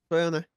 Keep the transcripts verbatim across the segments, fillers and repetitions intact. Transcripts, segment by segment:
Sou eu, né?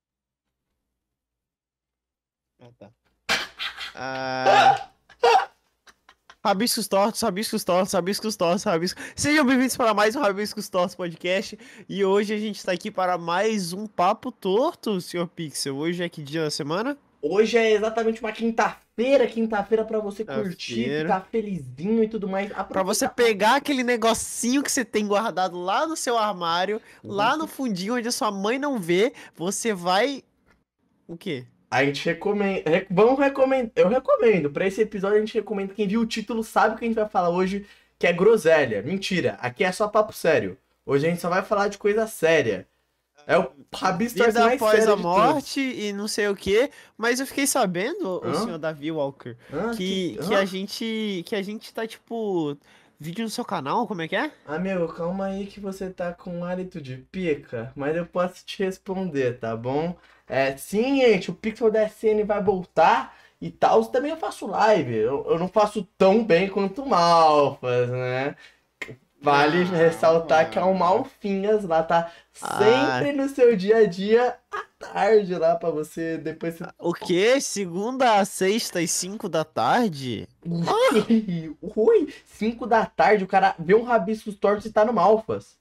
Ah, tá. Ah, Rabiscos Tortos, Rabiscos Tortos, Rabiscos Tortos, Rabiscos... Sejam bem-vindos para mais um Rabiscos Tortos podcast. E hoje a gente está aqui para mais um Papo Torto, senhor Pixel. Hoje é que dia da semana? Hoje é exatamente uma quinta-feira, quinta-feira pra você curtir, Quinta-feira. ficar felizinho e tudo mais. Pra você Aproveita. pegar aquele negocinho que você tem guardado lá no seu armário, lá no fundinho onde a sua mãe não vê, você vai... O quê? A gente recomenda, re- vamos recomendar, eu recomendo. Pra esse episódio a gente recomenda, quem viu o título sabe o que a gente vai falar hoje, que é groselha. Mentira, aqui é só papo sério. Hoje a gente só vai falar de coisa séria. É o Rabisco Tortos Vida mais após sério a de morte e não sei o que, mas eu fiquei sabendo, o Hã? senhor Davi Walker, todos. Ah, que, que... que a Hã? gente que a gente tá tipo vídeo no seu canal, como é que é? Ah, meu, calma aí que você tá com um hálito de pica, mas eu posso te responder, tá bom? É, sim, gente, o Pixel da S N vai voltar e tal. Também eu faço live. Eu, eu não faço tão bem quanto o Malfas, né? Vale Não, ressaltar que é o mano. Malfinhas lá, tá Ah, sempre no seu dia a dia à tarde lá pra você depois você. o quê? Segunda a sexta e cinco da tarde? Ui, ui, cinco da tarde, o cara vê um rabiscos tortos e tá no Malfas.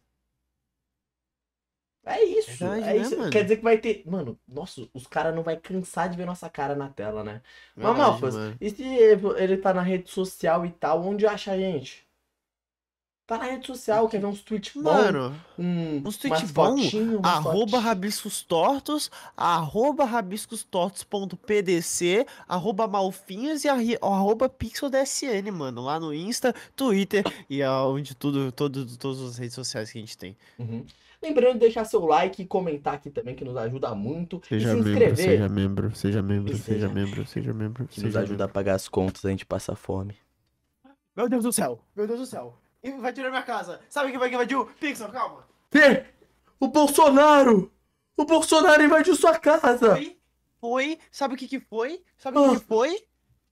É isso, Verdade, é né, isso. Quer mano? dizer que vai ter. Mano, nossa, os caras não vai cansar de ver nossa cara na tela, né? Mas, Verdade, Malfas, mano. e se ele tá na rede social e tal, onde acha a gente? Tá na rede O social, quer ver que? uns tweets bom, Mano, um, uns tweet umas bom, fotinhas, umas arroba fotinhas. rabiscos tortos, arroba rabiscostortos.pdc, arroba malfinhas e arri- arroba pixeldsn, mano, lá no Insta, Twitter e aonde tudo, todo, todas as redes sociais que a gente tem. Uhum. Lembrando de deixar seu like e comentar aqui também, que nos ajuda muito. E Seja se membro, seja inscrever. membro, seja E membro, seja seja membro, seja membro, que nos seja ajuda a membro. pagar as contas, a gente passa fome. Meu Deus do céu, meu Deus do céu. Invadiram minha casa. Sabe quem vai que invadiu? Pixel, calma. Fê, o Bolsonaro! O Bolsonaro invadiu sua casa! Foi, foi, sabe o que que foi? Sabe o que Ah, que foi?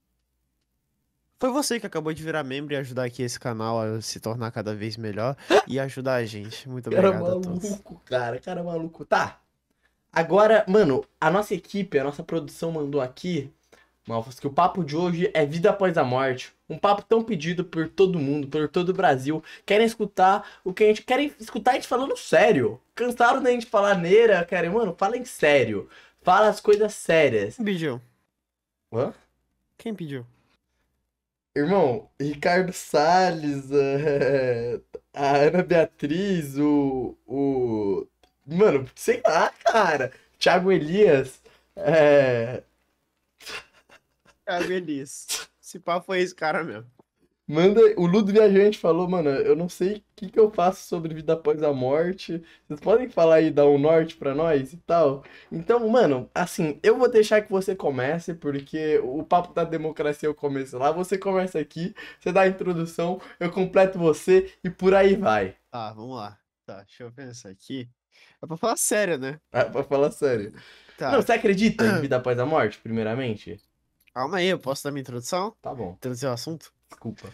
Foi você que acabou de virar membro e ajudar aqui esse canal a se tornar cada vez melhor e ajudar a gente. Muito cara obrigado a todos. maluco, cara, cara maluco. Tá, agora, mano, a nossa equipe, a nossa produção mandou aqui, Malfas, que o papo de hoje é vida após a morte. Um papo tão pedido por todo mundo, por todo o Brasil. Querem escutar o que a gente. Querem escutar a gente falando sério. Cansaram da gente falar neira, querem, mano, fala em sério. Fala as coisas sérias. Quem pediu? Hã? Quem pediu? Irmão, Ricardo Salles, é, a Ana Beatriz, o, o. Mano, sei lá, cara. Thiago Elias. É, Thiago Elias. Esse pá foi esse cara mesmo. manda. O Ludo Viajante falou, mano, eu não sei o que, que eu faço sobre vida após a morte. Vocês podem falar aí, dar um norte pra nós e tal? Então, mano, assim, eu vou deixar que você comece, porque o papo da democracia eu começo lá. Você começa aqui, você dá a introdução, eu completo você e por aí vai. Tá, vamos lá. Tá, deixa eu pensar aqui. É pra falar sério, né? Ah, pra falar sério. Não, Tá. você acredita em vida após a morte, primeiramente? Calma aí, eu posso dar minha introdução? Tá bom, Introduzir o assunto? desculpa.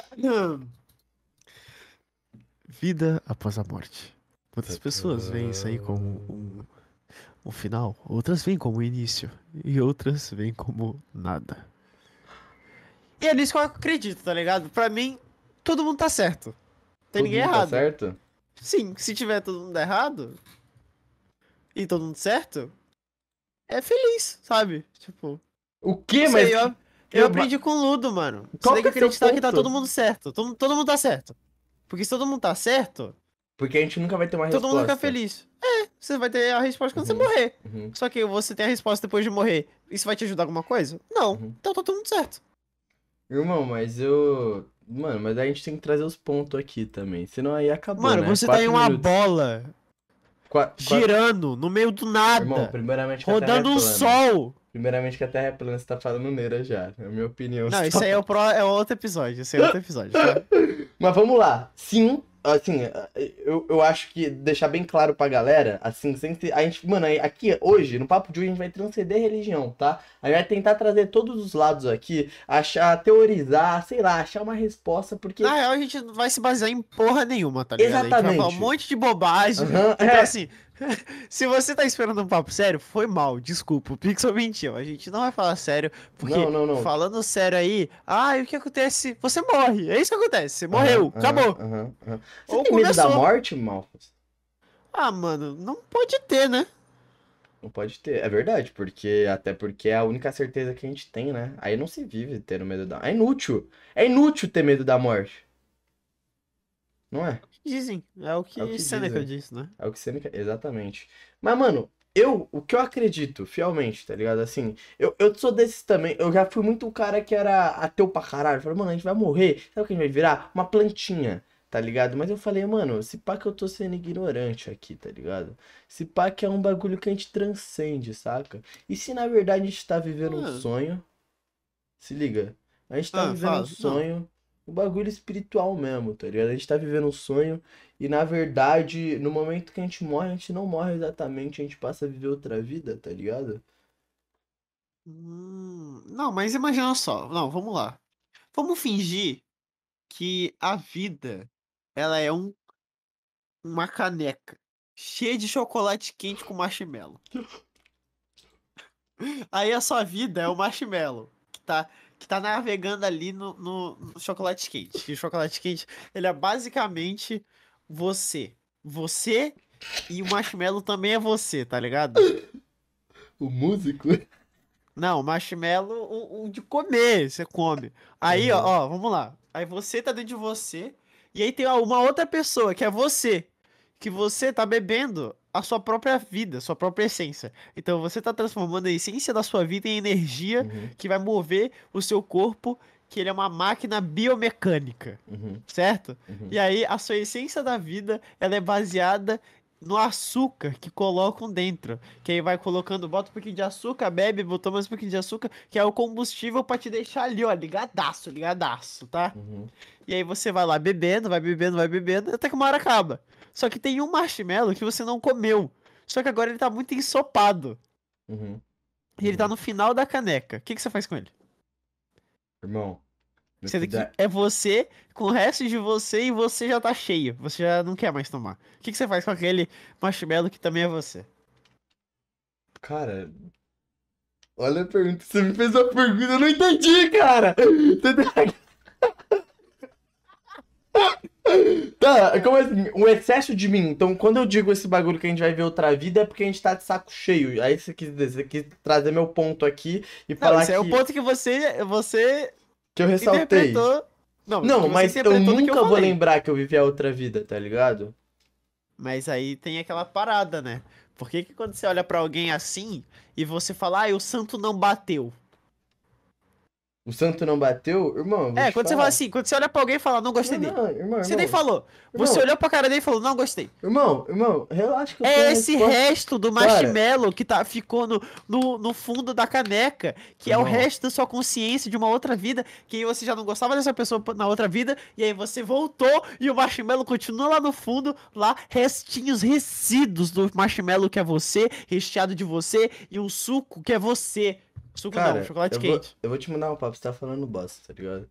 Vida após a morte. Muitas pessoas veem isso aí como um, um final, outras veem como um início, e outras veem como nada. E é nisso que eu acredito, tá ligado? Pra mim, todo mundo tá certo. Tem Todo ninguém mundo tá errado. certo? Sim, se tiver todo mundo errado e todo mundo certo, é feliz, sabe? Tipo, O não quê? Mas sei, eu, que- eu eu- aprendi com o Ludo, mano. Você qual tem que que é seu acreditar que tá todo ponto? mundo certo. Todo, todo mundo tá certo. Porque se todo mundo tá certo, Porque a gente nunca vai ter uma todo mundo fica resposta. feliz. É, você vai ter a resposta quando você Uhum, morrer. uhum, Só que você tem a resposta depois de morrer. Isso vai te ajudar alguma coisa? Não. uhum. Então tá todo mundo certo. Irmão, mas eu. Mano, mas a gente tem que trazer os pontos aqui também. Senão aí acabou, Mano, né? você tá em Quatro uma minutos. bola Qua- quatro... girando no meio do Irmão, nada, primeiramente que a Terra é rodando um plana. sol. Primeiramente que a Terra é plana, você tá falando neira já. É a minha opinião. Não, Você isso tá aí é, o pro, é outro episódio. Isso aí é outro episódio, tá? Mas vamos lá. Sim, assim, eu, eu acho que deixar bem claro pra galera, assim, sem ter, a gente, mano, aqui hoje, no papo de hoje, a gente vai transcender religião, tá? A gente vai tentar trazer todos os lados aqui, achar, teorizar, sei lá, achar uma resposta, porque. Na real, a gente não vai se basear em porra nenhuma, tá ligado? A gente vai falar um Exatamente. monte de bobagem. Aham, Então, é. assim, Se você tá esperando um papo sério, foi mal, desculpa, o Pixel mentiu. A gente não vai falar sério, Não, porque não, não. falando sério aí, ah, e o que acontece? Você morre, é isso que acontece, você Aham, morreu, aham, acabou. aham, aham. Você Ou tem medo da começou. morte, Malfas? Ah, mano, não pode ter, né? Não pode ter. É verdade, porque até porque é a única certeza que a gente tem, né? Aí não se vive tendo medo da. É inútil. É inútil ter medo da morte, não é? Dizem, é o É o que que Seneca dizem. disse, né? É o que você me quer. Exatamente. Mas, mano, eu, o que eu acredito, fielmente, tá ligado? Assim, eu, eu sou desses também. Eu já fui muito o cara que era ateu pra caralho. Falei, mano, a gente vai morrer. Sabe o que a gente vai virar? Uma plantinha, tá ligado? Mas eu falei, mano, se pá que eu tô sendo ignorante aqui, tá ligado? Se pá que é um bagulho que a gente transcende, saca? E se na verdade a gente tá vivendo um Ah, sonho, se liga, a gente tá ah, vivendo um fala, não. sonho, um bagulho espiritual mesmo, tá ligado? A gente tá vivendo um sonho e na verdade, no momento que a gente morre, a gente não morre exatamente, a gente passa a viver outra vida, tá ligado? Hum, não, mas imagina só, não, vamos lá. Vamos fingir que a vida, ela é um, uma caneca cheia de chocolate quente com marshmallow. Aí a sua vida é o marshmallow, que tá, que tá navegando ali no, no, no chocolate quente. E o chocolate quente, ele é basicamente você. Você e o marshmallow também é você, tá ligado? O músico? Não, marshmallow, o, o de comer, você come. Aí, ó, Aham. ó, vamos lá. Aí você tá dentro de você, e aí tem ó, uma outra pessoa, que é você. Que você tá bebendo a sua própria vida, sua própria essência. Então você tá transformando a essência da sua vida em energia Uhum. que vai mover o seu corpo, que ele é uma máquina biomecânica, Uhum. certo? Uhum. E aí a sua essência da vida, ela é baseada no açúcar que colocam dentro. Que aí vai colocando, bota um pouquinho de açúcar, bebe, botou mais um pouquinho de açúcar, que é o combustível pra te deixar ali, ó, ligadaço, ligadaço, tá? Uhum. E aí você vai lá bebendo, vai bebendo, vai bebendo, até que uma hora acaba. Só que tem um marshmallow que você não comeu. Só que agora ele tá muito ensopado. Uhum. E ele tá Uhum. no final da caneca. O que que você faz com ele? Irmão, nesse Sendo que da... é você com o resto de você e você já tá cheio. Você já não quer mais tomar. O que que você faz com aquele marshmallow que também é você? Cara, olha a pergunta. Você me fez uma pergunta, eu não entendi, cara! Você tá- Tá, como assim? Um excesso de mim. Então, quando eu digo esse bagulho que a gente vai ver outra vida, é porque a gente tá de saco cheio. Aí você quis dizer, você quis trazer meu ponto aqui e Não, falar isso é o que, ponto que você você que eu ressaltei. interpretou. Não, Não, que você mas eu interpretou do que eu nunca vou falei. lembrar que eu vivi a outra vida, tá ligado? Mas aí tem aquela parada, né? Por que que quando você olha pra alguém assim e você fala, ah, o santo não bateu? O santo não bateu? Irmão, eu vou É, te quando você fala falar. assim, quando você olha pra alguém e fala, não Não, gostei dele. não, irmão, Você nem irmão. falou. Você Irmão, olhou pra cara dele e falou, não gostei. irmão, irmão, relaxa que eu tenho a É esse resposta. resto do Cara, marshmallow que tá, ficou no, no, no fundo da caneca, que é o irmão, resto da sua consciência de uma outra vida, que aí você já não gostava dessa pessoa na outra vida, e aí você voltou e o marshmallow continua lá no fundo, lá, restinhos, resíduos do marshmallow que é você, recheado de você, e um suco que é você. Suco não, cara, chocolate eu vou, quente. eu vou te mandar um papo, você tá falando bosta, tá ligado?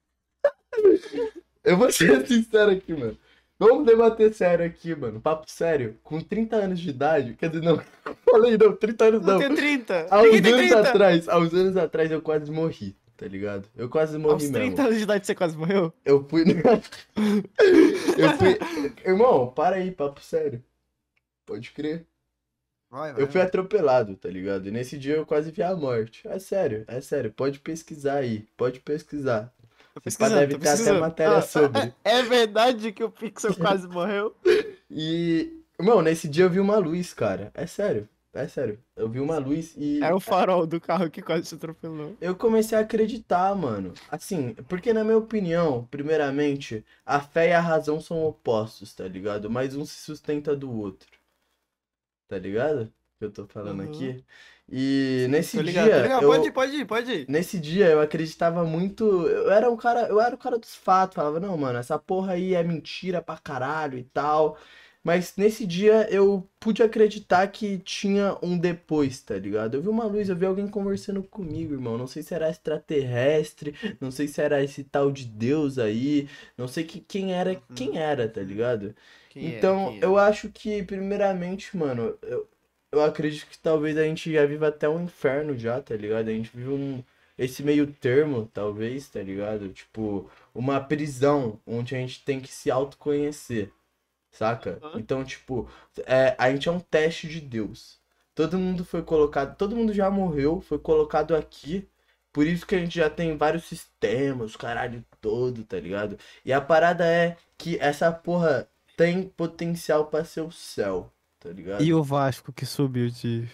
Eu vou ser sincero aqui, mano. Vamos debater sério aqui, mano. Papo sério. Com trinta anos de idade. Quer dizer, não. Falei, não, trinta anos Não não. tenho trinta. Há Ninguém uns tem anos trinta. atrás, há uns anos atrás eu quase morri, tá ligado? Eu quase morri Aos trinta mesmo. anos de idade você quase morreu? Eu fui. Eu fui. Irmão, para aí, papo sério. Pode crer. Vai, Eu vai, fui vai. atropelado, tá ligado? E nesse dia eu quase vi a morte. É sério, é sério. Pode pesquisar aí. Pode pesquisar. Tô Se pá, pesquisando, deve tô ter até pesquisando. matéria Ah, ah, sobre. é é verdade que o Pixel quase morreu? E, irmão, nesse dia eu vi uma luz, cara. É sério, é sério. Eu vi uma luz É e o farol do carro que quase te atropelou. eu comecei a acreditar, mano. Assim, porque na minha opinião, primeiramente, a fé e a razão são opostos, tá ligado? Mas um se sustenta do outro, tá ligado? Que eu tô falando Uhum. aqui. E Sim, nesse tô ligado, tô dia, ligado. Pode ir, eu, pode ir, pode ir. nesse dia eu acreditava muito. Eu era um cara, eu era o cara dos fatos. Falava, não, mano, essa porra aí é mentira pra caralho e tal. Mas nesse dia eu pude acreditar que tinha um depois, tá ligado? Eu vi uma luz, eu vi alguém conversando comigo, irmão. Não sei se era extraterrestre, não sei se era esse tal de Deus aí, não sei que, quem era, Uhum. quem era, tá ligado? Quem era? Então, Quem eu era? acho que, primeiramente, mano, eu, eu acredito que talvez a gente já viva até um inferno já, tá ligado? A gente vive um, esse meio termo, talvez, tá ligado? Tipo, uma prisão onde a gente tem que se autoconhecer, saca? Hã? Então, tipo, é, a gente é um teste de Deus. Todo mundo foi colocado, todo mundo já morreu, foi colocado aqui. Por isso que a gente já tem vários sistemas, caralho todo, tá ligado? E a parada é que essa porra tem potencial pra ser o céu, tá E ligado? o Vasco que subiu de.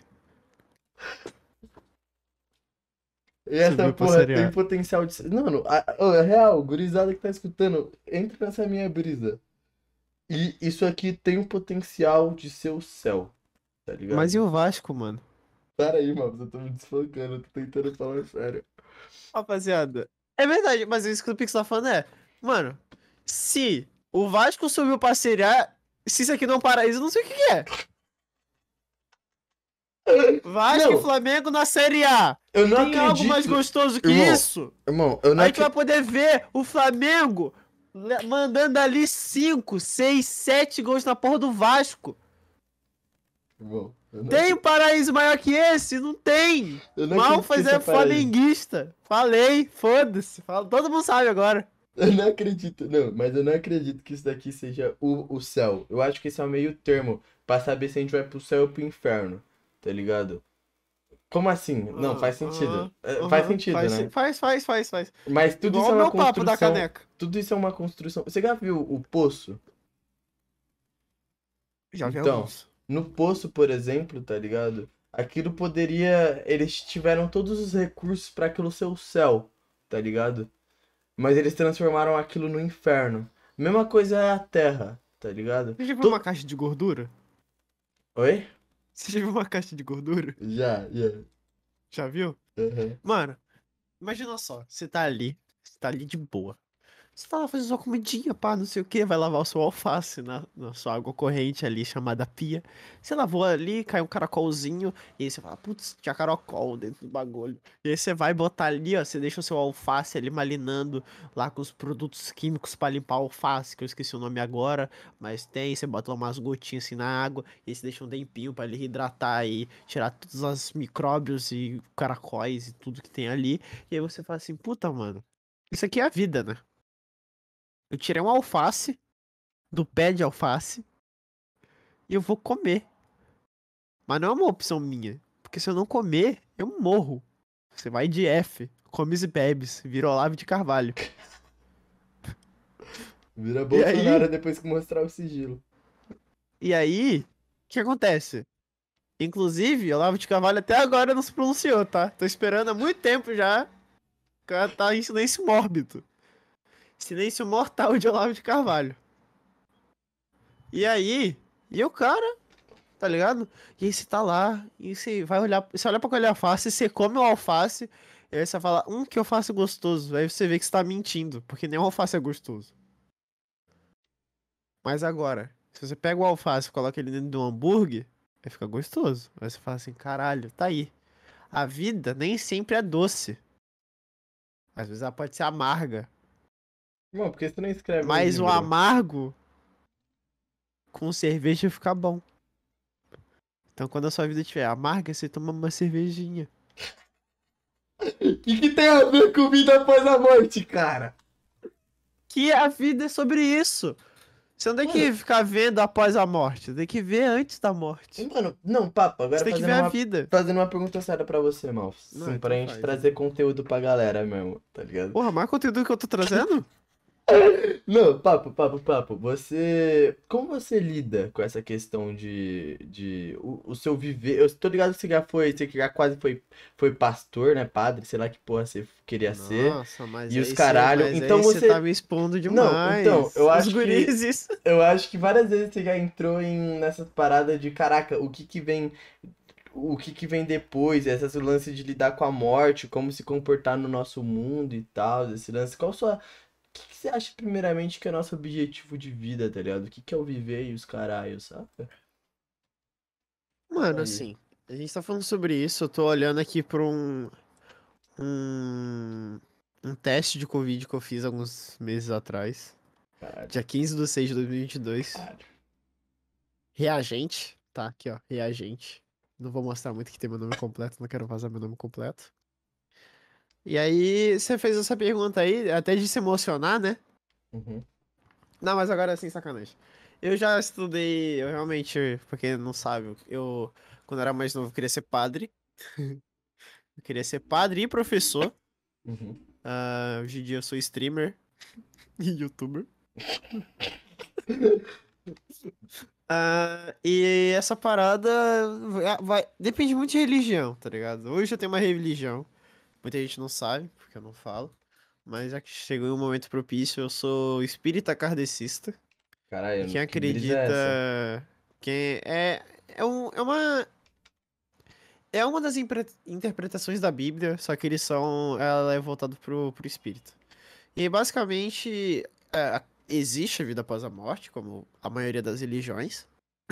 E essa Subiu pra porra Série tem A. potencial de ser. Mano, a, a, é real, gurizada que tá escutando, entra nessa minha brisa. E isso aqui tem o potencial de ser o céu, tá Mas e ligado? o Vasco, mano? Para aí, mano, eu tô me desfocando, eu tô tentando falar sério. Rapaziada. É verdade, mas isso que o Pix tá falando é. Mano, se o Vasco subiu pra Série A, se isso aqui não é um paraíso, eu não sei o que que é. Vasco e Não, Flamengo na Série A. eu não Tem algo mais acredito. gostoso que Irmão, isso? irmão, eu não A gente vai acredito. poder ver o Flamengo le- mandando ali cinco, seis, sete gols na porra do Vasco. Irmão, eu não Tem um acredito. paraíso maior que esse? Não tem. Eu não acredito que Malfas isso é é paraíso. flamenguista. Falei, foda-se. Fala- Todo mundo sabe agora. Eu não acredito, não, mas eu não acredito que isso daqui seja o, o céu. Eu acho que esse é o meio termo pra saber se a gente vai pro céu ou pro inferno, tá ligado? Como assim? Não, Aham, faz sentido. aham, É, faz aham. sentido, Faz, né? faz, faz, faz, faz. Mas tudo isso Igual é o uma meu papo da construção. caneca. Tudo isso é uma construção. Você já viu o poço? Já vi Então, alguns. no poço, por exemplo, tá ligado? Aquilo poderia. Eles tiveram todos os recursos pra aquilo ser o céu, tá ligado? Mas eles transformaram aquilo no inferno. Mesma coisa é a Terra, tá ligado? Você já viu uma Tu... caixa de gordura? Oi? Você já viu uma caixa de gordura? Já, já. Já viu? Aham. Mano, imagina só. Você tá ali. Você tá ali de boa. Você tá lá fazendo sua comidinha, pá, não sei o que, vai lavar o seu alface na, na sua água corrente ali, chamada pia. Você lavou ali, cai um caracolzinho, e aí você fala, putz, tinha caracol dentro do bagulho. E aí você vai botar ali, ó, você deixa o seu alface ali marinando lá com os produtos químicos pra limpar o alface, que eu esqueci o nome agora, mas tem, você bota lá umas gotinhas assim na água, e aí você deixa um tempinho pra ele hidratar e tirar todos os micróbios e caracóis e tudo que tem ali. E aí você fala assim, puta, mano, isso aqui é a vida, né? Eu tirei um alface do pé de alface e eu vou comer. Mas não é uma opção minha. Porque se eu não comer, eu morro. Você vai de F, comes e bebes, vira Olavo de Carvalho. Vira E Bolsonaro aí, depois que mostrar o sigilo. e aí, o que acontece? Inclusive, Olavo de Carvalho até agora não se pronunciou, tá? Tô esperando há muito tempo já. O cara tá em silêncio mórbido. Silêncio mortal de Olavo de Carvalho. E aí, e o cara tá ligado? E aí você tá lá, e você vai olhar, você olha pra aquele alface, você come o alface, e aí você fala, hum, que alface gostoso. Aí você vê que você tá mentindo, porque nem o alface é gostoso. Mas agora, se você pega o alface e coloca ele dentro de um hambúrguer, aí fica gostoso. Aí você fala assim, caralho, tá aí. A vida nem sempre é doce. Às vezes ela pode ser amarga. Irmão, por que você não escreve um Mas o livro? amargo com cerveja fica bom. Então quando a sua vida estiver amarga, você toma uma cervejinha. O que, que tem a ver com vida após a morte, cara? Que a vida é sobre isso. Você não tem Mano, que ficar vendo após a morte, você tem que ver antes da morte. mano, não, papo, Você agora tem que ver fazendo a uma, vida. fazendo uma pergunta séria pra você, mal. Não, Sim, pra então gente faz, né? trazer conteúdo pra galera mesmo, tá ligado? Porra, mais conteúdo que eu tô trazendo? Não, papo, papo, papo. Você. Como você lida com essa questão de. de o, o seu viver. Eu tô ligado que você já foi. Você já quase foi, foi pastor, né? Padre, sei lá que porra você queria ser. Nossa, mas E os aí você, caralho. mas Então aí você tá você. me expondo Não, então, demais. eu Os acho que. gurizes. Eu acho que várias vezes você já entrou em nessa parada de caraca, o que que vem. O que que vem depois, esse lance de lidar com a morte, como se comportar no nosso mundo e tal, esse lance. Qual a sua. O que que você acha, primeiramente, que é nosso objetivo de vida, tá ligado? O que que é o viver e os caralho, sabe? Fala Mano, aí. assim, a gente tá falando sobre isso, eu tô olhando aqui pra um, um, um teste de Covid que eu fiz alguns meses atrás. Caralho, Dia quinze de seis de dois mil e vinte e dois. caralho. Reagente, tá? Aqui, ó, reagente. Não vou mostrar muito que tem meu nome completo, não quero vazar meu nome completo. E aí, você fez essa pergunta aí, até de se emocionar, né? Uhum. Não, mas agora sem sacanagem. Eu já estudei, eu realmente, pra quem não sabe, eu, quando era mais novo, eu queria ser padre. Eu queria ser padre e professor. Uhum. Ah, hoje em dia eu sou streamer e youtuber. Ah, e essa parada vai, vai- depende muito de religião, tá ligado? Hoje eu tenho uma religião, muita gente não sabe, porque eu não falo. Mas já que chegou em um momento propício, eu sou espírita kardecista. E quem Caralho, que brisa é acredita. essa? Quem é. É, um, é uma. É uma das impre- interpretações da Bíblia, só que eles são. Ela é voltada pro, pro espírito. E basicamente. é, existe a vida após a morte, como a maioria das religiões.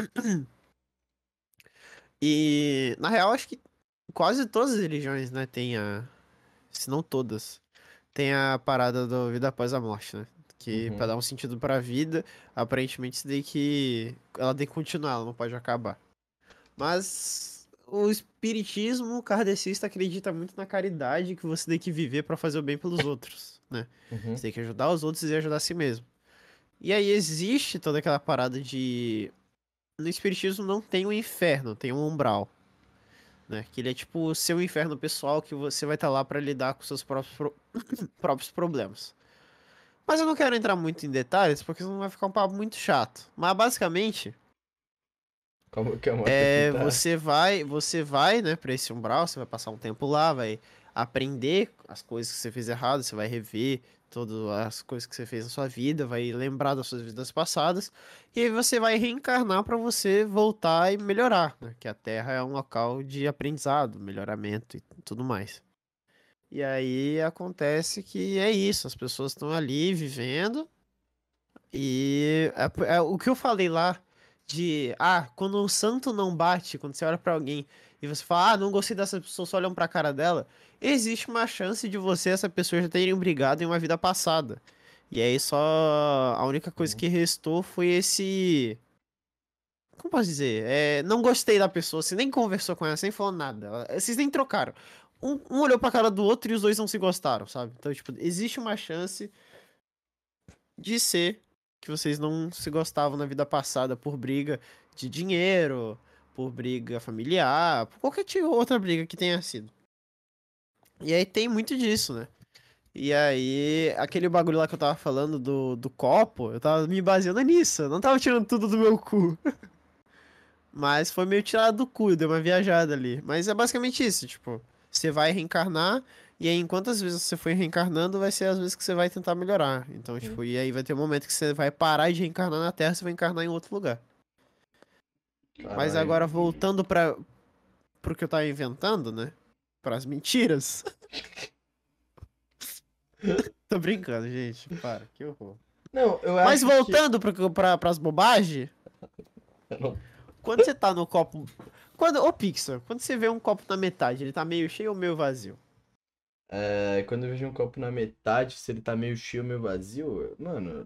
E, na real, acho que quase todas as religiões, né, tem a. Se não todas, tem a parada da vida após a morte, né? Que pra Uhum. dar um sentido pra vida, aparentemente isso daí que ela tem que continuar, ela não pode acabar. Mas o espiritismo kardecista acredita muito na caridade que você tem que viver pra fazer o bem pelos outros, né? Você Uhum. tem que ajudar os outros e ajudar a si mesmo. E aí existe toda aquela parada de no espiritismo não tem um inferno, tem um umbral, né? Que ele é tipo o seu inferno pessoal que você vai estar lá pra lidar com seus próprios, pro- próprios problemas. Mas eu não quero entrar muito em detalhes, porque senão vai ficar um papo muito chato. Mas basicamente, Como que a moto aqui é, tá? você vai, você vai, né, para esse umbral, você vai passar um tempo lá, vai aprender as coisas que você fez errado, você vai rever todas as coisas que você fez na sua vida, vai lembrar das suas vidas passadas, e aí você vai reencarnar para você voltar e melhorar, né? Que a Terra é um local de aprendizado, melhoramento e tudo mais. E aí acontece que é isso, as pessoas estão ali vivendo. E é- é o que eu falei lá de, ah, quando o santo não bate, quando você olha pra alguém e você fala, ah, não gostei dessa pessoa, só olham pra cara dela, existe uma chance de você e essa pessoa já terem brigado em uma vida passada. E aí só a única coisa Uhum. que restou foi esse, como posso dizer? É, não gostei da pessoa, você nem conversou com ela, você nem falou nada. Ela- Vocês nem trocaram. Um, um olhou pra cara do outro e os dois não se gostaram, sabe? Então, tipo, existe uma chance de ser que vocês não se gostavam na vida passada por briga de dinheiro, por briga familiar, por qualquer tipo, outra briga que tenha sido. E aí tem muito disso, né? E aí, aquele bagulho lá que eu tava falando do, do copo, eu tava me baseando nisso. Eu não tava tirando tudo do meu cu. Mas foi meio tirado do cu, deu uma viajada ali. Mas é basicamente isso, tipo, você vai reencarnar, e aí enquanto as vezes você for reencarnando, vai ser as vezes que você vai tentar melhorar. Então, Uhum. tipo, e aí vai ter um momento que você vai parar de reencarnar na Terra, você vai encarnar em outro lugar. Mas Caralho. agora, voltando para pro que eu tava inventando, né? Pras mentiras. Tô brincando, gente. Para, que horror. Não, eu Mas acho que. voltando pro, pra, pras bobagens, Eu não- quando você tá no copo. Quando, ô Pixar, quando você vê um copo na metade, ele tá meio cheio ou meio vazio? É, quando eu vejo um copo na metade, se ele tá meio cheio ou meio vazio, eu- mano,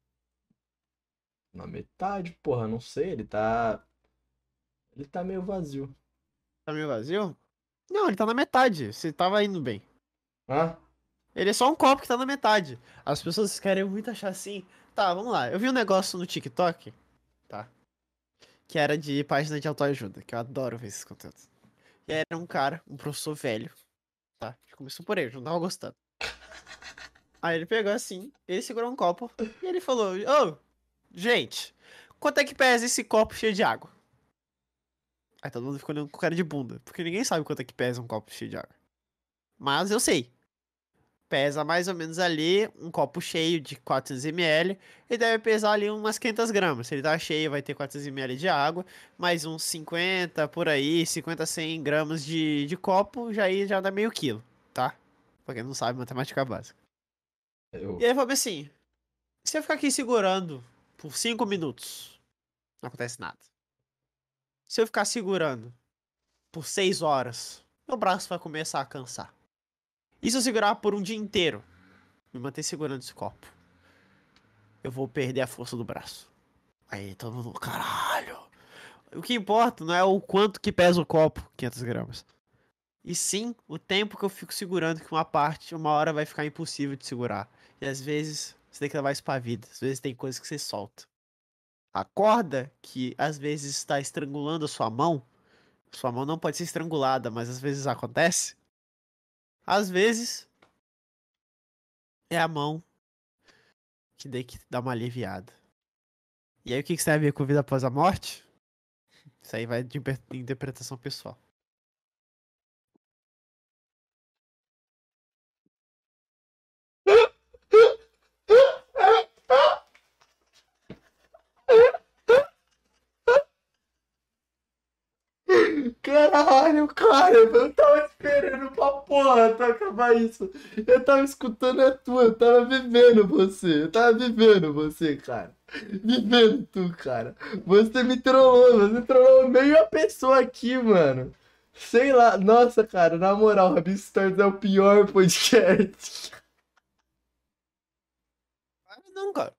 na metade, porra, não sei, ele tá. Ele tá meio vazio. Tá meio vazio? Não, ele tá na metade. Você tava indo bem. Ah? Ele é só um copo que tá na metade. As pessoas querem muito achar assim. Tá, vamos lá. Eu vi um negócio no TikTok, tá? Que era de página de autoajuda, que eu adoro ver esses conteúdos. E era um cara, um professor velho, tá? Começou por ele, não tava gostando. Aí ele pegou assim, ele segurou um copo e ele falou: Ô, gente, quanto é que pesa esse copo cheio de água? Aí todo mundo ficou olhando com cara de bunda, porque ninguém sabe quanto é que pesa um copo cheio de água. Mas eu sei. Pesa mais ou menos ali um copo cheio de quatrocentos mililitros e deve pesar ali umas quinhentas gramas. Se ele tá cheio, vai ter quatrocentos mililitros de água, mais uns cinquenta por aí, cinquenta, cem gramas de, de copo, já aí já dá meio quilo, tá? Pra quem não sabe matemática básica. E Eu. aí, falei assim: se eu ficar aqui segurando por cinco minutos, não acontece nada. Se eu ficar segurando por seis horas, meu braço vai começar a cansar. E se eu segurar por um dia inteiro, me manter segurando esse copo? Eu vou perder a força do braço. Aí todo mundo, caralho. O que importa não é o quanto que pesa o copo, quinhentas gramas. E sim o tempo que eu fico segurando, que uma parte, uma hora vai ficar impossível de segurar. E às vezes você tem que levar isso pra vida. Às vezes tem coisas que você solta. A corda que às vezes está estrangulando a sua mão, sua mão não pode ser estrangulada, mas às vezes acontece. Às vezes é a mão que tem que dar uma aliviada. E aí o que que isso tem a ver com vida após a morte? Isso aí vai de imper- interpretação pessoal. Caralho, cara, eu tava esperando pra porra tu acabar isso. Eu tava escutando a tua, eu tava vivendo você. Eu tava vivendo você, cara. Vivendo tu, cara. Você me trollou, você trollou meio a pessoa aqui, mano. Sei lá, nossa, cara, na moral, Rabisco Stories é o pior podcast. Ah, não, cara.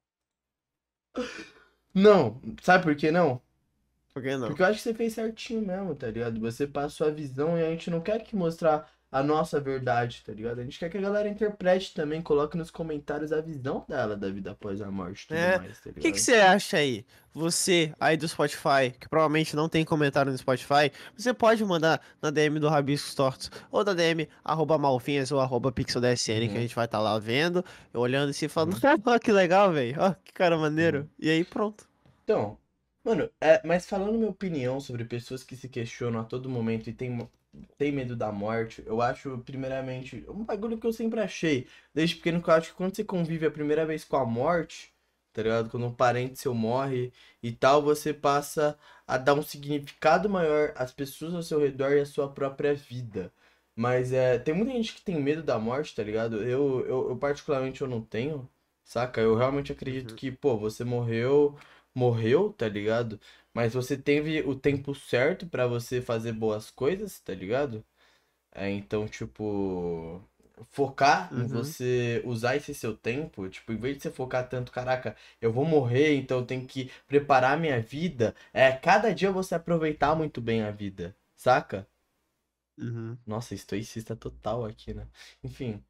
Não, sabe por que não? Por que não? Porque eu acho que você fez certinho mesmo, tá ligado? Você passou a visão e a gente não quer que mostrar a nossa verdade, tá ligado? A gente quer que a galera interprete também, coloque nos comentários a visão dela da vida após a morte e tudo É. mais, tá O que que ligado? você acha aí? Você aí do Spotify, que provavelmente não tem comentário no Spotify, você pode mandar na D M do Rabiscos Tortos ou na D M arroba malvinhas ou arroba pixeldsn que a Uhum, gente vai estar lá vendo, olhando assim e falando, uhum, ó, que legal, velho, ó, que cara maneiro. uhum. E aí pronto. Então, mano, é, mas falando minha opinião sobre pessoas que se questionam a todo momento e tem, tem medo da morte, eu acho, primeiramente, um bagulho que eu sempre achei, desde pequeno, que eu acho que quando você convive a primeira vez com a morte, tá ligado? Quando um parente seu morre e tal, você passa a dar um significado maior às pessoas ao seu redor e à sua própria vida. Mas é, tem muita gente que tem medo da morte, tá ligado? Eu, eu, eu particularmente, eu não tenho, saca? Eu realmente acredito Uhum, que, pô, você morreu morreu, tá ligado? Mas você teve o tempo certo pra você fazer boas coisas, tá ligado? É, então, tipo, focar em uhum, você usar esse seu tempo, tipo, em vez de você focar tanto, caraca, eu vou morrer, então eu tenho que preparar minha vida, é cada dia você aproveitar muito bem a vida, saca? uhum. Nossa, estoicista total aqui, né? Enfim.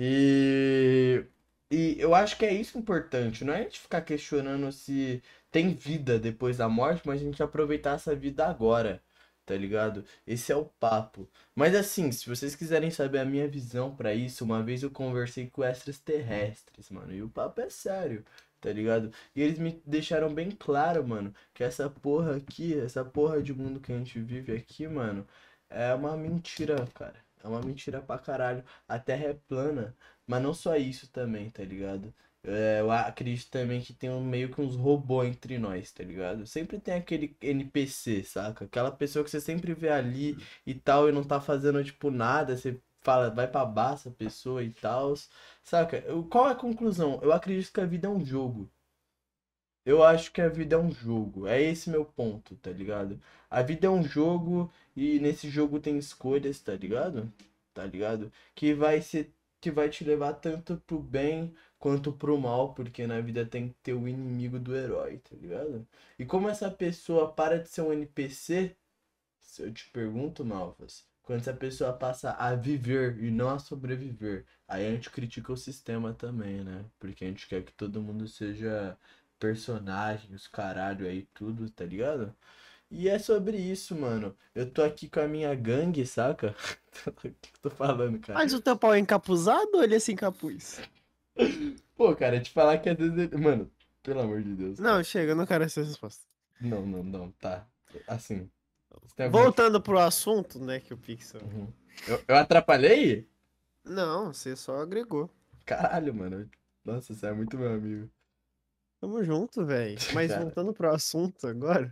E. E eu acho que é isso importante. Não é a gente ficar questionando se tem vida depois da morte, mas a gente aproveitar essa vida agora. Tá ligado? Esse é o papo. Mas assim, se vocês quiserem saber a minha visão pra isso, uma vez eu conversei com extraterrestres, mano. E o papo é sério, tá ligado? E eles me deixaram bem claro, mano, que essa porra aqui, essa porra de mundo que a gente vive aqui, mano. É uma mentira, cara. É uma mentira pra caralho. A Terra é plana. Mas não só isso também, tá ligado? É, eu acredito também que tem um, meio que uns robôs entre nós, tá ligado? Sempre tem aquele N P C, saca? Aquela pessoa que você sempre vê ali e tal e não tá fazendo, tipo, nada. Você fala, vai pra baixo a pessoa e tal. Saca? Eu- qual é a conclusão? Eu acredito que a vida é um jogo. Eu acho que a vida é um jogo. É esse meu ponto, tá ligado? A vida é um jogo e nesse jogo tem escolhas, tá ligado? Tá ligado? Que vai ser que vai te levar tanto pro bem quanto pro mal, porque na vida tem que ter o inimigo do herói, tá ligado? E como essa pessoa para de ser um N P C, se eu te pergunto, Malvas, quando essa pessoa passa a viver e não a sobreviver, aí a gente critica o sistema também, né? Porque a gente quer que todo mundo seja personagem, os caralho aí, tudo, tá ligado? E é sobre isso, mano. Eu tô aqui com a minha gangue, saca? O que eu tô falando, cara? Mas o teu pau é encapuzado ou ele é sem capuz? Pô, cara, te falar que às vezes. ele- Mano, pelo amor de Deus, Não, cara. chega, eu não quero essa resposta. Não, não, não, tá. Assim, você tem alguma. Voltando pro assunto, né, que o Pixel. Uhum. Eu, eu atrapalhei? Não, você só agregou. Caralho, mano. Nossa, você é muito meu amigo. Tamo junto, velho. Mas Cara. voltando pro assunto agora.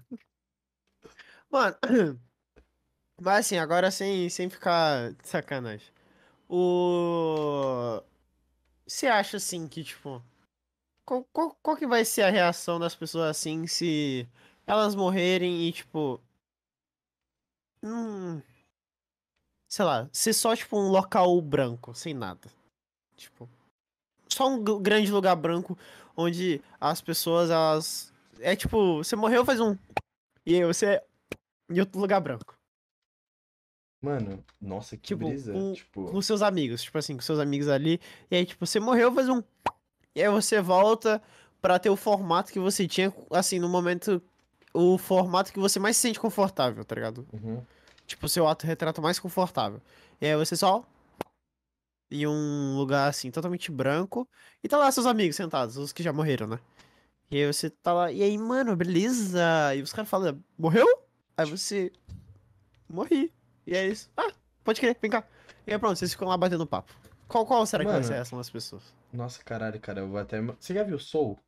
Mano, mas assim, agora sem, sem ficar de sacanagem. O. Você acha assim que, tipo. Qual, qual, qual que vai ser a reação das pessoas assim se elas morrerem e, tipo. Hum, sei lá, ser só, tipo, um local branco, sem nada. Tipo. Só um g- grande lugar branco onde as pessoas, elas. É tipo, você morreu, faz um. E aí você em outro lugar branco. Mano, nossa, que Tipo, brisa. com, Tipo, com seus amigos. Tipo assim, com seus amigos ali. E aí, tipo, você morreu, faz um. E aí você volta pra ter o formato que você tinha, assim, no momento. O formato que você mais se sente confortável, tá ligado? uhum. Tipo, o seu autorretrato mais confortável. E aí você só. Em um lugar, assim, totalmente branco. E tá lá seus amigos sentados, os que já morreram, né? E aí você tá lá. E aí, mano, beleza? E os caras falam, morreu? Aí você. Morri. E é isso. Ah, pode crer, vem cá. E aí pronto, vocês ficam lá batendo papo. Qual, qual será que vai ser a Mano, reação das pessoas? nossa, caralho, cara, eu vou até. Você já viu Soul?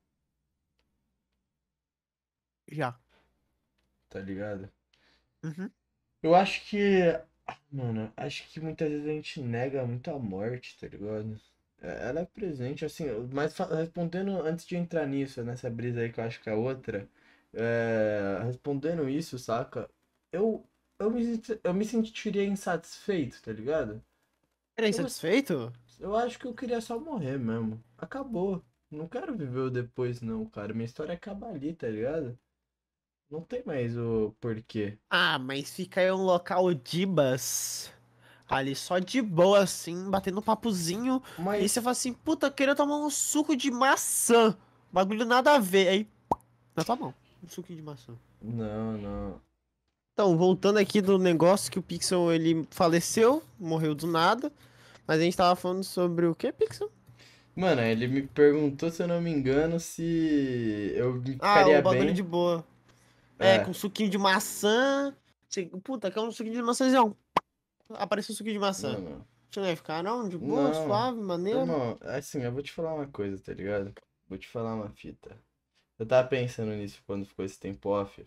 Já. Tá ligado? Uhum. Eu acho que. ah, Mano, acho que muitas vezes a gente nega muito a morte, tá ligado? É, ela é presente, assim, mas fa- respondendo antes de entrar nisso, nessa brisa aí que eu acho que é outra, é, respondendo isso, saca? Eu, eu me, senti- eu me sentiria insatisfeito, tá ligado? Era Eu, insatisfeito? eu acho que eu queria só morrer mesmo. Acabou. Não quero viver o depois, não, cara. Minha história acaba ali, tá ligado? Não tem mais o porquê. Ah, mas fica aí um local Dibas. Ali só de boa, assim, batendo um papozinho. E aí você Mas. fala assim, puta, eu queria tomar um suco de maçã. Bagulho nada a ver. Aí, na tua mão, um suquinho de maçã. Não, não. Então, voltando aqui do negócio que o Pixel, ele faleceu, morreu do nada. Mas a gente tava falando sobre o que, Pixel? Mano, ele me perguntou, se eu não me engano, se eu me Ah, ficaria o bagulho bem. de boa. É, É, com suquinho de maçã. Você- Puta, quer um suquinho de maçãzão. Apareceu um suquinho de maçã. mano. Você não ia ficar, não? De boa, Não. suave, maneiro. Irmão, assim, eu vou te falar uma coisa, tá ligado? Vou te falar uma fita. Eu tava pensando nisso quando ficou esse tempo off.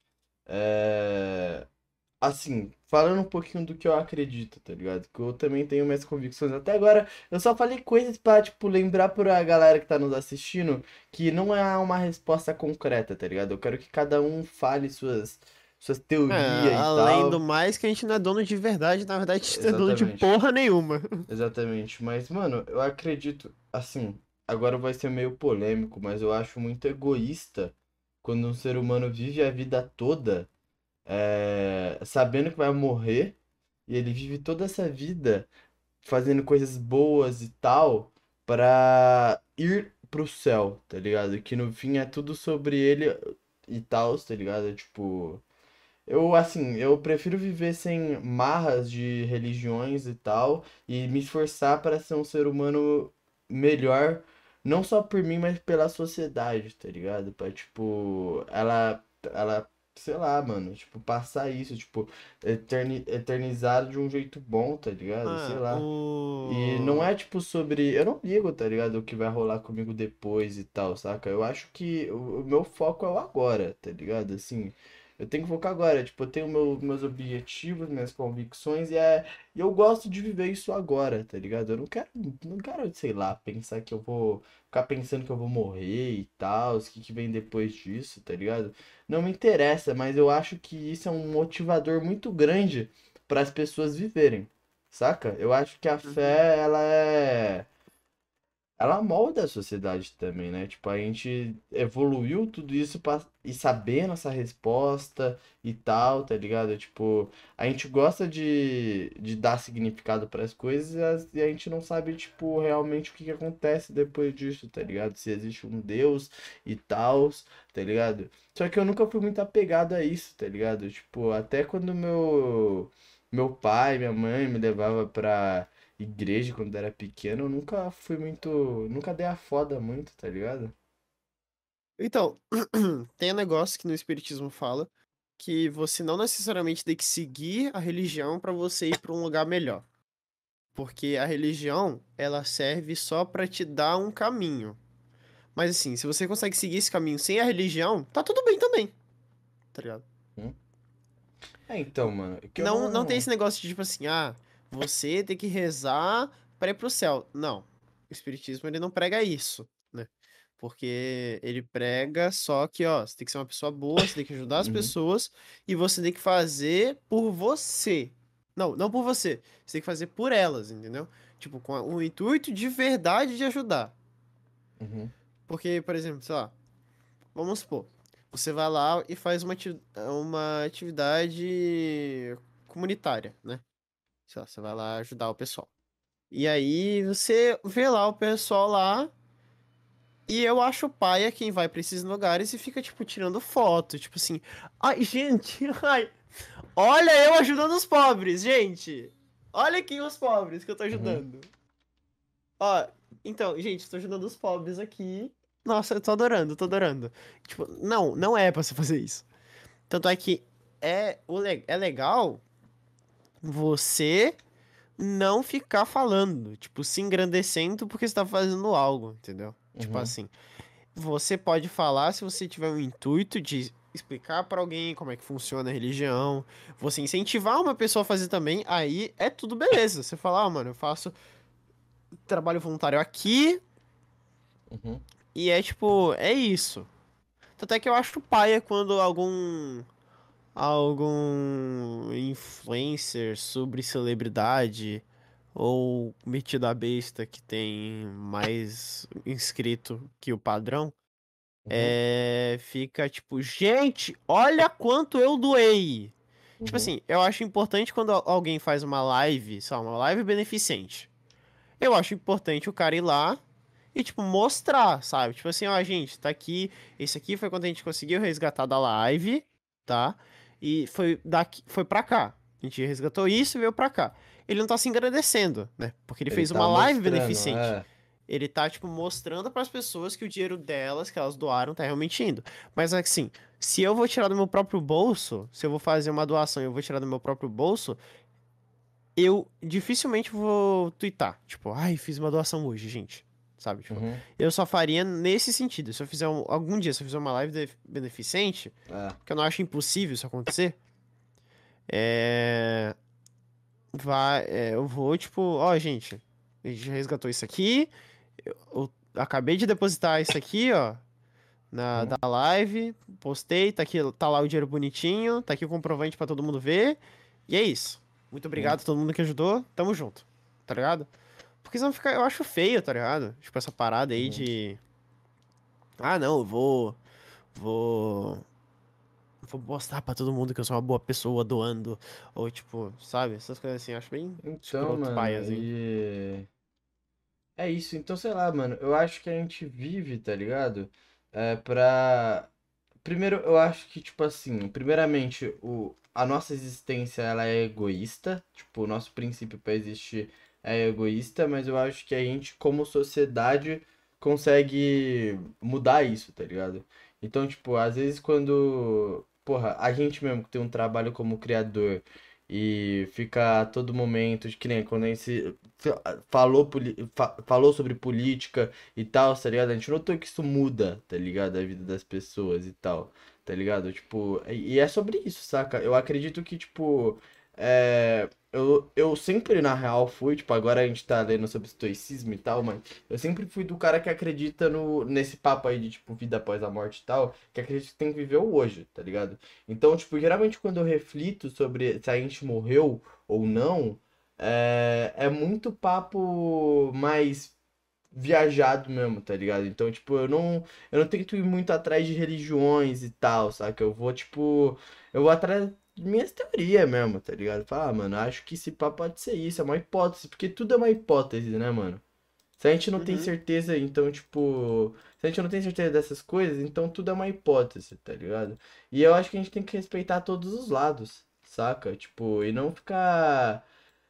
É. Assim, falando um pouquinho do que eu acredito, tá ligado? Que eu também tenho minhas convicções. Até agora, eu só falei coisas pra, tipo, lembrar pra galera que tá nos assistindo que não é uma resposta concreta, tá ligado? Eu quero que cada um fale suas, suas É, teorias e além do tal. mais que a gente não é dono de verdade, na verdade a gente não é dono de Exatamente. porra nenhuma. Exatamente. Mas, mano, eu acredito, assim, agora vai ser meio polêmico, mas eu acho muito egoísta quando um ser humano vive a vida toda é, sabendo que vai morrer. E ele vive toda essa vida fazendo coisas boas e tal pra ir pro céu, tá ligado? Que no fim é tudo sobre ele e tal, tá ligado? Tipo, eu assim, eu prefiro viver sem marras de religiões e tal e me esforçar para ser um ser humano melhor, não só por mim, mas pela sociedade, tá ligado? Pra, tipo, ela ela sei lá, mano, tipo, passar isso, tipo, eterni eternizar de um jeito bom, tá ligado? Sei Ah, lá. E não o. é tipo sobre. Eu não ligo, tá ligado? O que vai rolar comigo depois e tal, saca? Eu acho que o, o meu foco é o agora, tá ligado? Assim, eu tenho que focar agora. Tipo, eu tenho meu, meus objetivos, minhas convicções e, é, e eu gosto de viver isso agora, tá ligado? Eu não quero, não quero, sei lá, pensar que eu vou. Ficar pensando que eu vou morrer e tal, o que que vem depois disso, tá ligado? Não me interessa, mas eu acho que isso é um motivador muito grande para as pessoas viverem. Saca? Eu acho que a Uhum. fé, ela é. Ela molda a sociedade também, né? Tipo, a gente evoluiu tudo isso pra... e sabendo essa resposta e tal, tá ligado? Tipo, a gente gosta de, de dar significado para as coisas e a gente não sabe, tipo, realmente o que que acontece depois disso, tá ligado? Se existe um Deus e tal, tá ligado? Só que eu nunca fui muito apegado a isso, tá ligado? Tipo, até quando meu, meu pai, minha mãe me levava pra igreja quando era pequeno, eu nunca fui muito. Nunca dei a foda muito, tá ligado? Então, tem um negócio que no Espiritismo fala que você não necessariamente tem que seguir a religião pra você ir pra um lugar melhor. Porque a religião, ela serve só pra te dar um caminho. Mas assim, se você consegue seguir esse caminho sem a religião, tá tudo bem também, tá ligado? Hum? É, então, mano, é que eu Não, não tem não. esse negócio de tipo assim, ah, você tem que rezar pra ir pro céu. Não. O Espiritismo, ele não prega isso, né? Porque ele prega só que, ó, você tem que ser uma pessoa boa, você tem que ajudar as Uhum, pessoas e você tem que fazer por você. Não, não por você. Você tem que fazer por elas, entendeu? Tipo, com a- o intuito de verdade de ajudar. uhum, Porque, por exemplo, sei lá, vamos supor. você vai lá e faz uma, ati- uma atividade comunitária, né? Sei lá, você vai lá ajudar o pessoal. E aí você vê lá o pessoal lá. E eu acho paia quem vai pra esses lugares e fica, tipo, tirando foto. Tipo assim, ai, gente, ai, olha eu ajudando os pobres, gente. Olha aqui os pobres que eu tô Uhum. ajudando. Ó, então, gente, tô ajudando os pobres aqui. Nossa, eu tô adorando, tô adorando. Tipo, não, não é pra você fazer isso. Tanto é que é, o le- é legal você não ficar falando, tipo, se engrandecendo porque você tá fazendo algo, entendeu? Tipo Uhum. assim. Você pode falar se você tiver um intuito de explicar pra alguém como é que funciona a religião, você incentivar uma pessoa a fazer também, aí é tudo beleza. Você fala, ah, mano, eu faço trabalho voluntário aqui Uhum. e é tipo, é isso. Tanto é que eu acho paia quando algum algum influencer sobre celebridade ou metido a besta que tem mais inscrito que o padrão. Uhum. É, fica tipo, gente, olha quanto eu doei. Tipo Uhum. assim, eu acho importante quando al- alguém faz uma live, sei lá, uma live beneficente. Eu acho importante o cara ir lá e, tipo, mostrar, sabe? Tipo assim, ó, gente, tá aqui. Esse aqui foi quando a gente conseguiu resgatar da live, tá? E foi daqui, foi pra cá. A gente resgatou isso e veio pra cá. Ele não tá se agradecendo, né? Porque ele Ele fez tá uma live mostrando, beneficente. é. Ele tá, tipo, mostrando pras pessoas que o dinheiro delas, que elas doaram, tá realmente indo. Mas, assim, se eu vou tirar do meu próprio bolso, se eu vou fazer uma doação e eu vou tirar do meu próprio bolso, eu dificilmente vou twittar. Tipo, ai, fiz uma doação hoje, gente. Sabe? Tipo, Uhum. eu só faria nesse sentido. Se eu fizer um- algum dia, se eu fizer uma live de- beneficente, É. que eu não acho impossível isso acontecer, é. Vai, é, eu vou, tipo, ó, gente, a gente resgatou isso aqui. Eu, eu acabei de depositar isso aqui, ó, na da Uhum. live. Postei, tá aqui, tá lá o dinheiro bonitinho, tá aqui o comprovante pra todo mundo ver. E é isso. Muito Uhum. obrigado a todo mundo que ajudou. Tamo junto. Tá ligado? Porque senão fica, eu acho feio, tá ligado? Tipo, essa parada aí Uhum. de. Ah, não, eu vou. Vou. Vou mostrar pra todo mundo que eu sou uma boa pessoa doando. Ou, tipo, sabe? Essas coisas assim, eu acho bem Então, escroto, mano, paiazinho. e. É isso, então sei lá, mano. Eu acho que a gente vive, tá ligado? É pra. Primeiro, eu acho que, tipo assim, primeiramente, o... a nossa existência ela é egoísta. Tipo, o nosso princípio pra existir é egoísta, mas eu acho que a gente, como sociedade, consegue mudar isso, tá ligado? Então, tipo, às vezes quando. Porra, a gente mesmo que tem um trabalho como criador e fica a todo momento, de que nem quando a gente falou, poli- fa- falou sobre política e tal, tá ligado? A gente notou que isso muda, tá ligado? A vida das pessoas e tal, tá ligado? Tipo, e e é sobre isso, saca? Eu acredito que, tipo, é, eu, eu sempre, na real, fui, tipo, agora a gente tá lendo sobre estoicismo e tal, mas eu sempre fui do cara que acredita no, nesse papo aí de, tipo, vida após a morte e tal, que acredita que tem que viver o hoje, tá ligado? Então, tipo, geralmente quando eu reflito sobre se a gente morreu ou não, é, é muito papo mais viajado mesmo, tá ligado? Então, tipo, eu não, eu não tento ir muito atrás de religiões e tal, saca? Eu vou, tipo, eu vou atrás de minhas teorias mesmo, tá ligado? Falar, ah, mano, acho que esse papo pode ser isso, é uma hipótese, porque tudo é uma hipótese, né, mano? Se a gente não tem Uhum. certeza, então, tipo, se a gente não tem certeza dessas coisas, então tudo é uma hipótese, tá ligado? E eu acho que a gente tem que respeitar todos os lados, saca? Tipo, e não ficar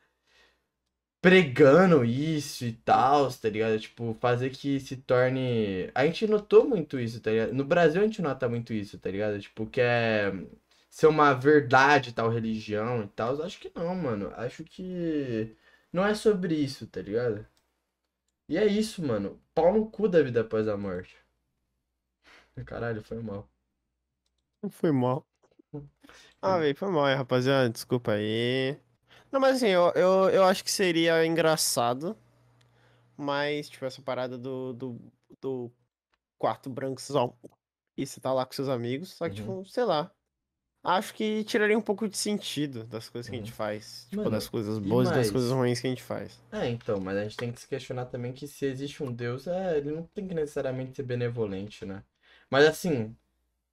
pregando isso e tal, tá ligado? Tipo, fazer que se torne. A gente notou muito isso, tá ligado? No Brasil a gente nota muito isso, tá ligado? Tipo, que é ser uma verdade tal religião e tal. Acho que não, mano. Acho que não é sobre isso, tá ligado? E é isso, mano. Pau no cu da vida após a morte. Caralho, foi mal. Foi mal. Ah, velho, foi mal, hein, rapaziada. Desculpa aí. Não, mas assim, eu, eu, eu acho que seria engraçado, mas, tipo, essa parada do, do, do quarto branco só. E você tá lá com seus amigos, só que, Uhum, tipo, sei lá. Acho que tiraria um pouco de sentido das coisas que a gente uhum. faz. Tipo, das Mano, coisas e boas e das coisas mais? ruins que a gente faz. É, então, mas a gente tem que se questionar também que se existe um Deus, é, ele não tem que necessariamente ser benevolente, né? Mas assim,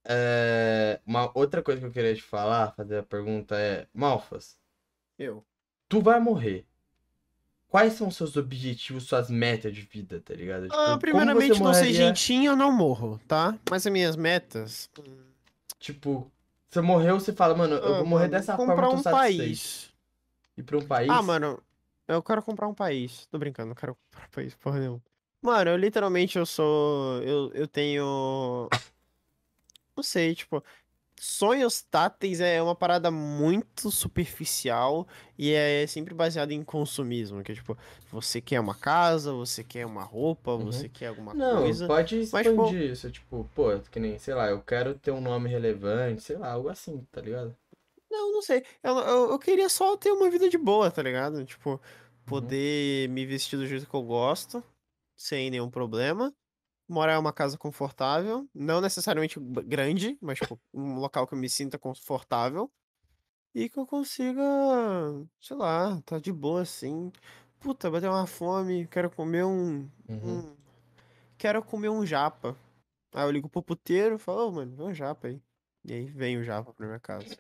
É, uma outra coisa que eu queria te falar, fazer a pergunta é, Malfas, Eu. tu vai morrer. Quais são seus objetivos, suas metas de vida, tá ligado? Ah, Tipo, como você primeiramente, não ser morreria? gentinho, eu não morro, tá? Mas as minhas metas. Tipo, você morreu, você fala, mano, eu Ah, vou morrer mano, dessa forma, eu comprar tô um satisfeito. país. Ir pra um Ah, país? mano, eu quero comprar um país. Tô brincando, não quero comprar um país, porra nenhuma. Mano, eu literalmente eu sou. Eu, eu tenho. Não sei, tipo. Sonhos táteis é uma parada muito superficial e é sempre baseado em consumismo, que é tipo, você quer uma casa, você quer uma roupa, Uhum. você quer alguma Não, coisa, pode mas tipo, expandir isso, tipo, pô, que nem, sei lá, eu quero ter um nome relevante, sei lá, algo assim, tá ligado? não, não sei, eu, eu, eu queria só ter uma vida de boa, tá ligado? Tipo, Uhum. poder me vestir do jeito que eu gosto, sem nenhum problema, morar em uma casa confortável, não necessariamente grande, mas tipo, um local que eu me sinta confortável. E que eu consiga, sei lá, tá de boa assim. Puta, bateu uma fome, quero comer um, Uhum. um- quero comer um japa. Aí eu ligo pro puteiro e falo, ô, mano, vem um japa aí. E aí vem o japa pra minha casa.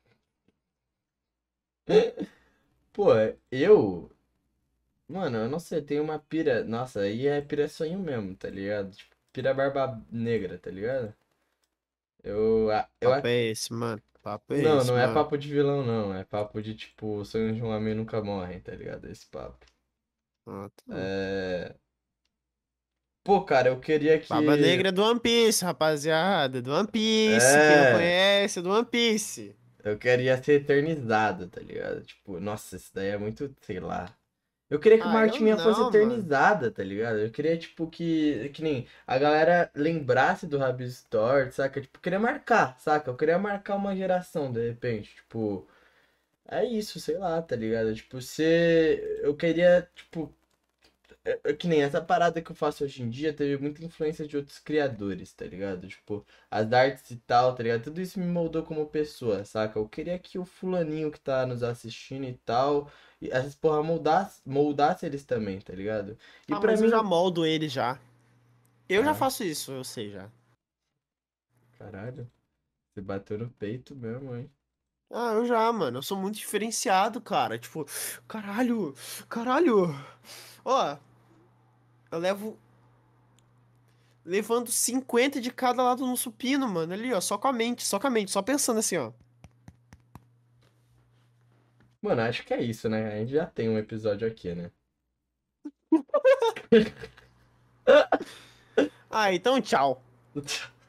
Pô, eu, mano, eu não sei, tem uma pira, nossa, aí é pira sonho mesmo, tá ligado? Tipo, pira barba negra, tá ligado? Eu, a- eu, Papo a- é esse, mano. Papo é não, esse, não é mano. papo de vilão, não, é papo de, tipo, sonhos de um homem nunca morrem, tá ligado? Esse papo. Ah, tá. É... Pô, cara, eu queria Barba que, Negra é do One Piece, rapaziada. Do One Piece. Quem não é... conhece é do One Piece. Eu queria ser eternizado, tá ligado? Tipo, nossa, isso daí é muito, sei lá. Eu queria que uma Ah, eu arte minha fosse não, mano. eternizada, tá ligado? Eu queria, tipo, que, que nem a galera lembrasse do Rabis Store, saca? Tipo, eu queria marcar, saca? Eu queria marcar uma geração, de repente, tipo... É isso, sei lá, tá ligado? Tipo, ser... Eu queria, tipo... é- é que nem essa parada que eu faço hoje em dia teve muita influência de outros criadores, tá ligado? Tipo, as artes e tal, tá ligado? Tudo isso me moldou como pessoa, saca? Eu queria que o fulaninho que tá nos assistindo e tal, e essas porra moldasse, moldasse eles também, tá ligado? E Ah, pra mas eu mim já não. moldo ele já. Eu já Ah, faço isso, eu sei já. caralho. Você bateu no peito mesmo, hein? Ah, eu já, mano. Eu sou muito diferenciado, cara. Tipo, caralho, caralho. Ó, eu levo levando cinquenta de cada lado no supino, mano. Ali, ó, só com a mente, só com a mente, só pensando assim, ó. Mano, acho que é isso, né? A gente já tem um episódio aqui, né? Ah, então tchau.